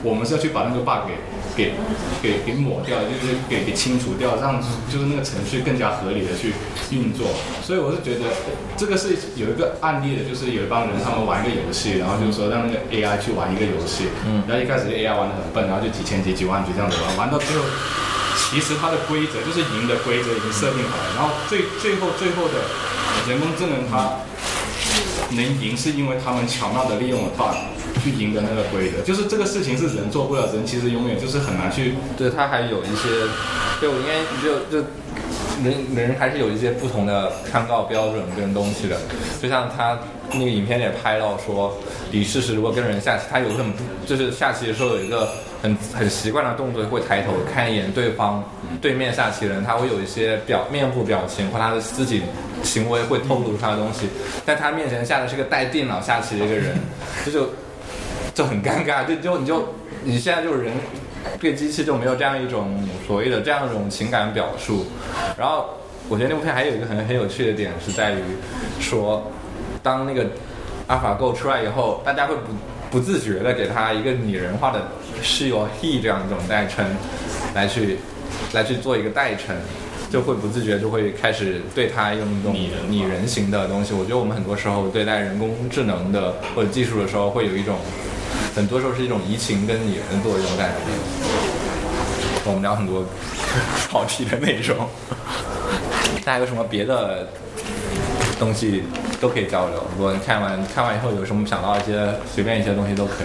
我们是要去把那个 bug 给抹掉，就是给清除掉，让就是那个程序更加合理的去运作。所以我是觉得这个是有一个案例的，就是有一帮人他们玩一个游戏，然后就是说让那个 AI 去玩一个游戏，然后一开始 AI 玩得很笨，然后就几千级、几万级这样子玩到最后，其实它的规则就是赢的规则已经设定好了，然后最后的人工智能它能赢，是因为他们巧妙的利用了 bug 去赢的那个规则，就是这个事情是人做不了，人其实永远就是很难去。 对，他还有一些，对，我应该就人还是有一些不同的参考标准跟东西的，就像他那个影片也拍到说，李世石如果跟人下棋，他有很就是下棋的时候有一个很习惯的动作，会抬头看一眼对面下棋人，他会有一些面部表情或他的自己行为会透露出他的东西，但他面前下的是个带电脑下棋的一个人，就很尴尬，你现在就是人对机器就没有这样一种所谓的这样一种情感表述。然后我觉得那部片还有一个很有趣的点是在于说，当那个 AlphaGo 出来以后，大家会不自觉的给他一个拟人化的 she or he 这样一种代称来去做一个代称，就会不自觉就会开始对他用一种拟人型的东西。我觉得我们很多时候对待人工智能的或者技术的时候，会有一种很多时候是一种移情跟拟人做一种感觉。我们聊很多跑题的内容，大家有什么别的东西都可以交流。如果你看完以后有什么想到一些随便一些东西都可以。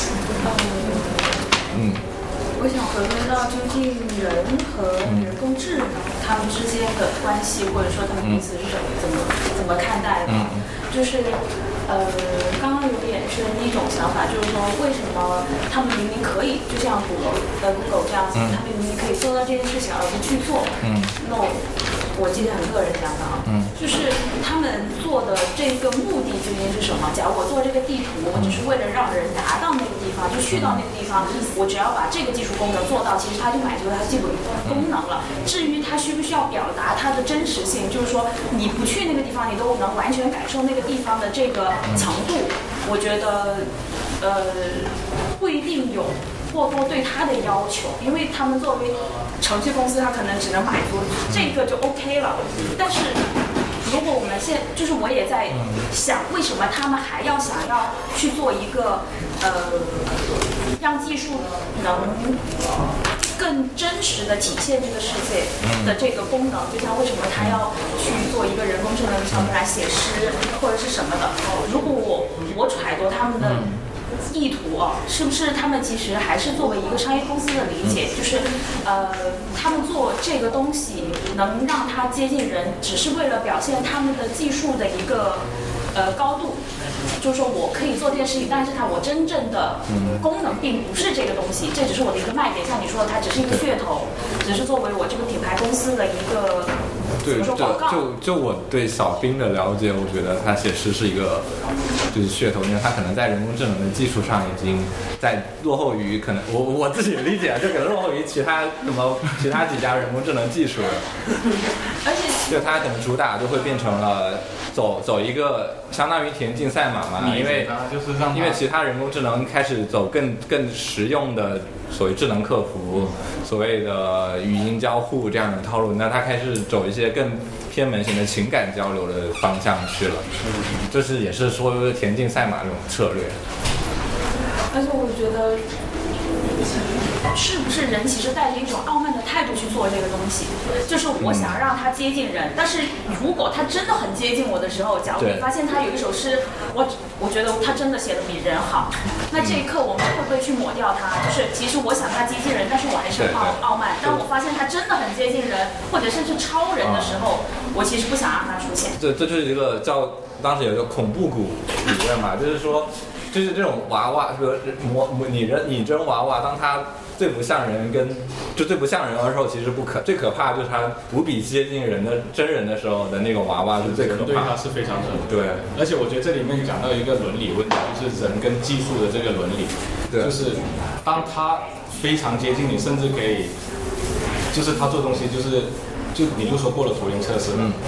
我想回归到究竟人和人工智能他们之间的关系，或者说他们彼此是怎么看待的？就是刚刚有点是一种想法，就是说为什么他们明明可以，就像Google这样子，他们明明可以做到这件事情而不去做。那我今天很个人想法就是他们做的这个目的究竟是什么？假如我做这个地图，我只是为了让人达到那个地方，就去到那个地方，我只要把这个技术功能做到，其实它就满足了它基本功能了。至于它需不需要表达它的真实性，就是说你不去那个地方，你都能完全感受那个地方的这个强度，我觉得不一定有过多对他的要求，因为他们作为程序公司，他可能只能满足这个就 OK 了。但是如果我们就是我也在想，为什么他们还要想要去做一个让技术能更真实的体现这个世界的这个功能，就像为什么他要去做一个人工智能小本来写诗或者是什么的。如果我揣度他们的意图是不是他们其实还是作为一个商业公司的理解，就是他们做这个东西能让它接近人，只是为了表现他们的技术的一个高度。就是说我可以做这件事情，但是我真正的功能并不是这个东西，这只是我的一个卖点。像你说的，它只是一个噱头，只是作为我这个品牌公司的一个怎么说广告。 就我对小冰的了解，我觉得他写诗是一个就是噱头，因为他可能在人工智能的技术上已经在落后于可能我自己理解就可能落后于其他几家人工智能技术了。 而且就它可能主打就会变成了走一个相当于田径赛马嘛，因为其他人工智能开始走更实用的所谓智能客服，所谓的语音交互这样的套路，那它开始走一些更偏门型的情感交流的方向去了，就是也是说田径赛马这种策略。 而且我觉得是不是人其实带着一种傲慢的态度去做这个东西，就是我想让它接近人，但是如果它真的很接近我的时候，假如你发现它有一首诗，我觉得它真的写的比人好，那这一刻我们会不会去抹掉它？就是其实我想它接近人，但是我还是很傲慢。当我发现它真的很接近人，或者甚至超人的时候，我其实不想让它出现。 这就是一个当时有一个恐怖谷理论嘛，就是说，就是这种娃娃，比如拟真娃娃，当它最不像人的时候，其实最可怕就是它无比接近人的真人的时候的那种娃娃是最可怕的。 对它是非常可怕。对，而且我觉得这里面讲到一个伦理问题，就是人跟技术的这个伦理，就是当它非常接近你，甚至可以，就是他做东西就你就说过了图灵测试了。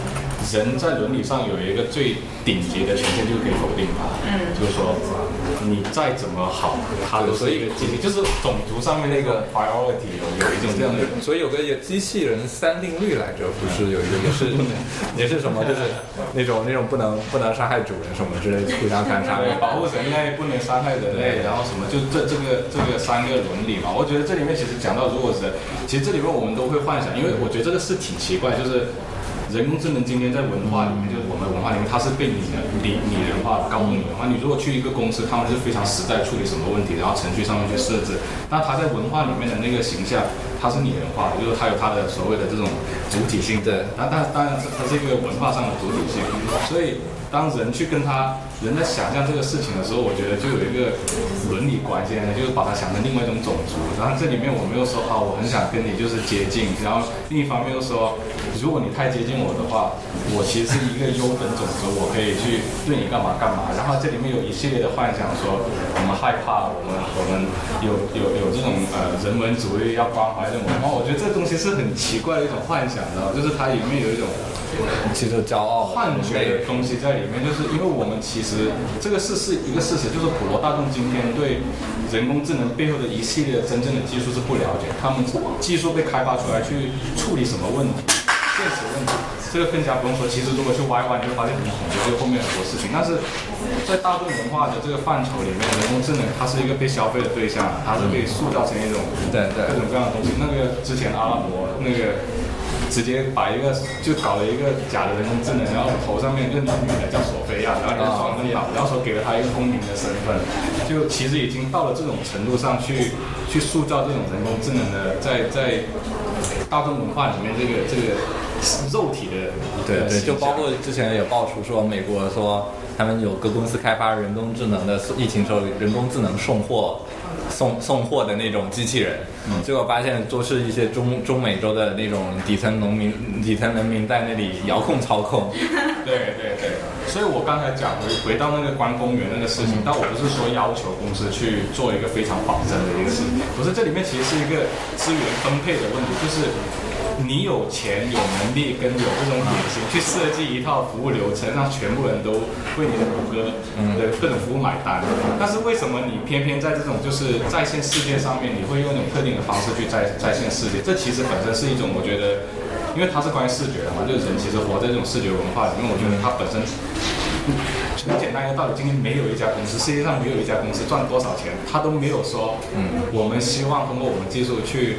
人在伦理上有一个最顶级的权限，就是可以否定它。就是说你再怎么好，它都是一个机器，就是种族上面那个 priority 有一种这样的。 所以有个机器人3定律来着，不是有一个也是什么，就是那种不能伤害主人什么之类的，互相残杀， 保护人类不能伤害人类，然后什么就这个3个伦理嘛。我觉得这里面其实讲到，如果人，其实这里面我们都会幻想，因为我觉得这个是挺奇怪，就是人工智能今天在文化里面，就是我们文化里面，它是被拟人化、高度拟人化。你如果去一个公司，他们是非常实在处理什么问题，然后程序上面去设置。那它在文化里面的那个形象，它是拟人化的，就是它有它的所谓的这种主体性。对，当然它是一个文化上的主体性。所以当人在想象这个事情的时候，我觉得就有一个伦理关系呢，就是把它想成另外一种种族。然后这里面我们又说我很想跟你就是接近，然后另一方面又说，如果你太接近我的话，我其实是一个优等种族，我可以去对你干嘛。然后这里面有一系列的幻想，说我们害怕，我们有这种人文主义要关怀这种。然后我觉得这个东西是很奇怪的一种幻想的，就是它里面有一种其实骄傲幻觉的东西在里面，就是因为我们其实这个是一个事实，就是普罗大众今天对人工智能背后的一系列真正的技术是不了解，他们技术被开发出来去处理什么问题，现实问题，这个更加不用说。其实如果去歪你会发现很恐怖，就后面很多事情。但是在大众文化的这个范畴里面，人工智能它是一个被消费的对象，它是被塑造成一种各种各样的东西。那个之前阿拉伯那个。直接搞了一个假的人工智能，然后头上面认准女的叫索菲亚，然后就装很好，然后说给了她一个公民的身份，就其实已经到了这种程度上去塑造这种人工智能的在大众文化里面这个肉体的对，就包括之前也爆出说美国说他们有个公司开发人工智能的疫情时候人工智能送货的那种机器人，结果发现都是一些中美洲的那种底层人民在那里遥控操控。 对，所以我刚才讲回到那个关公园那个事情，但我不是说要求公司去做一个非常保真的一个事情，不是，这里面其实是一个资源分配的问题，就是你有钱、有能力跟有这种野心去设计一套服务流程，让全部人都为你的谷歌的各种服务买单。但是为什么你偏偏在这种就是在线世界上面，你会用一种特定的方式去在线世界？这其实本身是一种，我觉得，因为它是关于视觉的嘛，就是人其实活在这种视觉文化里面，我觉得它本身。很简单一个道理，今天没有一家公司，世界上没有一家公司赚多少钱，他都没有说，我们希望通过我们技术去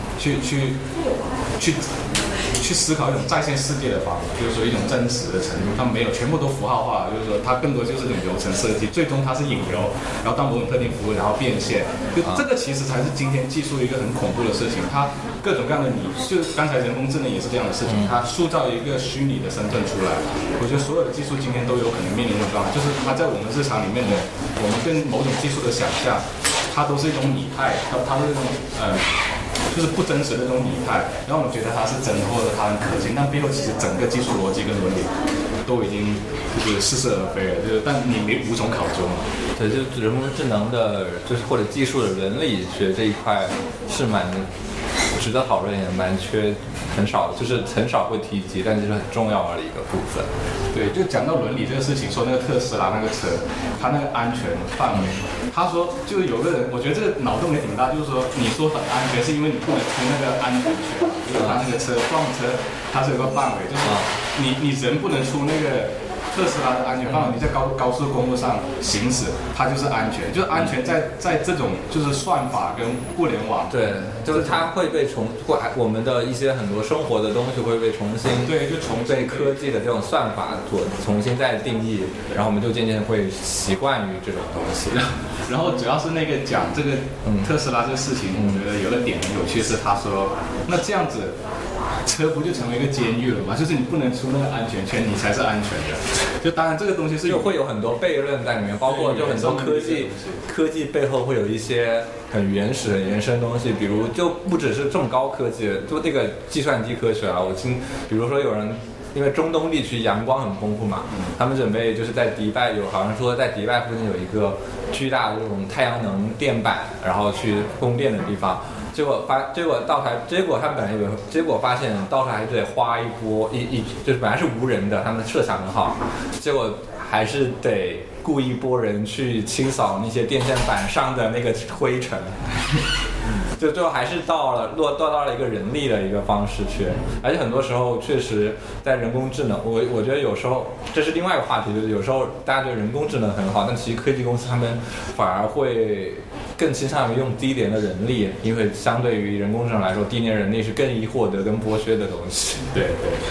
思考一种在线世界的方法，就是说一种真实的程度，它没有，全部都符号化，就是说它更多就是一种流程设计，最终它是引流，然后到某种特定服务，然后变现，就这个其实才是今天技术一个很恐怖的事情，它各种各样的就是刚才人工智能也是这样的事情，它塑造一个虚拟的身份出来，我觉得所有的技术今天都有可能面临的状况，就是它在我们日常里面的，我们跟某种技术的想象，它都是一种拟态，它是一种就是不真实的这种拟态，让我们觉得它是真的或者它很可信，但背后其实整个技术逻辑跟伦理都已经就是似是而非了，就是但你无从考究嘛。 对，就人工智能的，就是或者技术的伦理学这一块是蛮值得讨论，也很少会提及，但就是很重要的一个部分。 对，就讲到伦理这个事情，说那个特斯拉那个车，它那个安全范围，他说就有个人，我觉得这个脑洞也挺大，就是说你说很安全，是因为你不能出那个安全圈，就是他那个车撞车，它是有个范围，就是你人不能出那个。特斯拉的安全范围，你在高速公路上行驶，它就是安全，就是安全在这种就是算法跟互联网， 对，就是它会被我们的一些很多生活的东西会被重新被科技的这种算法所重新再定义，然后我们就渐渐会习惯于这种东西。 然后主要是那个讲这个特斯拉这个事情，我觉得有个点很有趣，是他说那这样子。车不就成为一个监狱了吗？就是你不能出那个安全圈，你才是安全的。就当然这个东西是就会有很多悖论在里面，包括就很多科技背后会有一些很原始、很原生的东西，比如就不只是这么高科技，就这个计算机科学啊，比如说有人。因为中东地区阳光很丰富嘛，他们准备就是在迪拜好像说在迪拜附近有一个巨大的这种太阳能电板，然后去供电的地方， 结果他们本来以为，结果发现到头来还得花一波就是本来是无人的，他们设想很好，结果还是得雇一波人去清扫那些电线板上的那个灰尘。就最后还是落到了一个人力的一个方式去，而且很多时候确实在人工智能，我觉得有时候这是另外一个话题，就是有时候大家觉得人工智能很好，但其实科技公司他们反而会更倾向于用低廉的人力，因为相对于人工智能来说，低廉人力是更易获得跟剥削的东西。 对，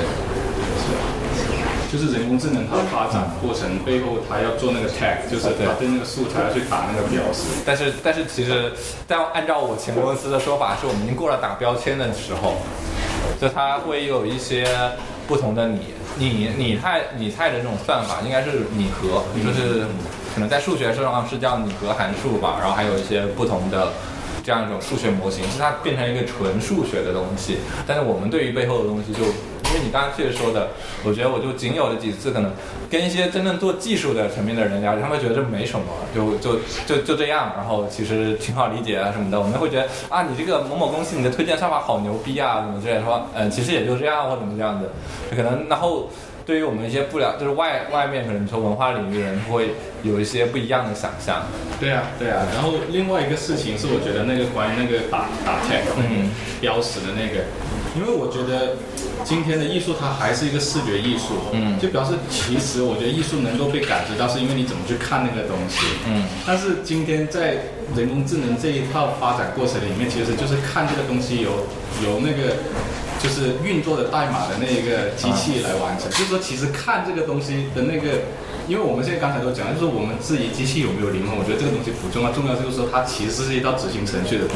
就是人工智能它发展过程背后，它要做那个 tag， 就是它对那个素材要去打那个标识。但是其实，按照我前公司的说法，是我们已经过了打标签的时候，就它会有一些不同的拟态的这种算法，应该是拟合，就是可能在数学上是叫拟合函数吧，然后还有一些不同的这样一种数学模型，是它变成一个纯数学的东西。但是我们对于背后的东西就。因为你刚刚确实说的，我觉得我就仅有的几次可能跟一些真正做技术的层面的人聊，他们觉得这没什么，就这样，然后其实挺好理解啊什么的。我们会觉得啊，你这个某某公司你的推荐算法好牛逼啊，怎么之类的说，其实也就这样或怎么这样的，可能然后对于我们一些就是外面可能从文化领域的人会有一些不一样的想象。 对啊。然后另外一个事情是，我觉得那个关于那个打 tag 标识的那个。因为我觉得今天的艺术它还是一个视觉艺术，就表示其实我觉得艺术能够被感知到，是因为你怎么去看那个东西，但是今天在人工智能这一套发展过程里面，其实就是看这个东西由那个就是运作的代码的那个机器来完成，就是说其实看这个东西的那个。因为我们现在刚才都讲，就是我们质疑机器有没有灵魂，我觉得这个东西不重要，重要就是说它其实是一道执行程序的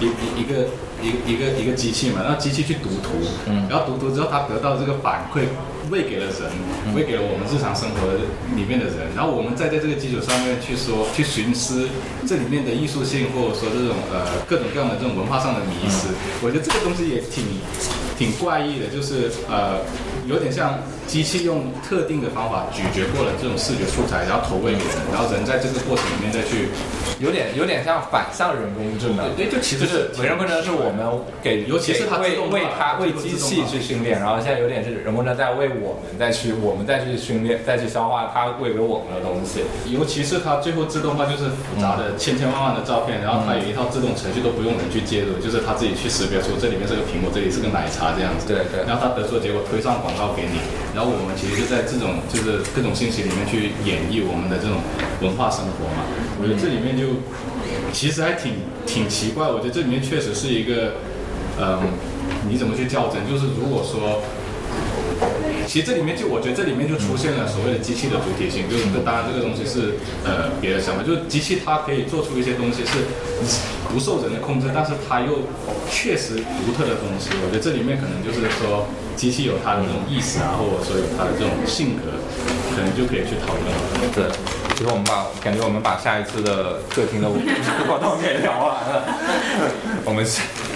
一个机器嘛，让机器去读图，然后读图之后它得到这个反馈，喂给了人，喂给了我们日常生活里面的人，然后我们再在这个基础上面去寻思这里面的艺术性，或者说这种各种各样的这种文化上的迷思，我觉得这个东西也挺怪异的，就是有点像机器用特定的方法咀嚼过了这种视觉素材，然后投喂给人，然后人在这个过程里面再去， 有点像反向人工智能。 对，就其实是人工智能是我们尤其是它为机器去训练，然后现在有点是人工智能在为我们再去训练，再去消化它喂给我们的东西。 尤其是它最后自动化就是复杂的千万的照片，然后它有一套自动程序都不用人去介入，就是它自己去识别出这里面是个苹果，这里是个奶茶这样子。 对。 然后它得出的结果推上广告给你。然后我们其实就在这种就是各种信息里面去演绎我们的这种文化生活嘛。我觉得这里面就其实还挺奇怪。我觉得这里面确实是一个，你怎么去校正？就是如果说，其实我觉得这里面就出现了所谓的机器的主体性。就是当然这个东西是别的想法，就是机器它可以做出一些东西是不受人的控制，但是它又确实独特的东西。我觉得这里面可能就是说。机器有它的这种意识啊，或者说有它的这种性格，可能就可以去讨论。 对，其实感觉我们把下一次的客厅的活动给聊完了。我们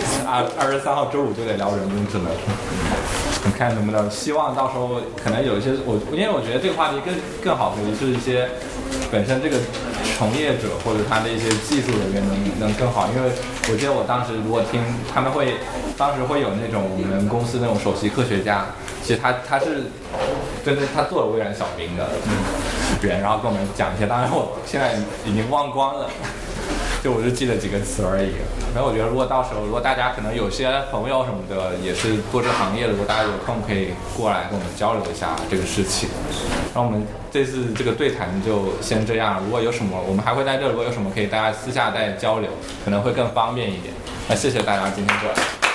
23号周五就得聊人工智能。你看能不能？希望到时候可能有一些因为我觉得这个话题更好的是一些本身这个从业者或者他的一些技术人员能更好，因为我记得我当时如果听他们当时会有那种我们公司那种首席科学家，其实他是真的他做了微软小明的人，然后跟我们讲一些，当然我现在已经忘光了。就我就记了几个词而已。然后我觉得如果到时候如果大家可能有些朋友什么的也是做这行业的，如果大家有空可以过来跟我们交流一下这个事情。然后我们这次这个对谈就先这样，如果有什么我们还会在这，如果有什么可以大家私下再交流，可能会更方便一点。那谢谢大家今天过来。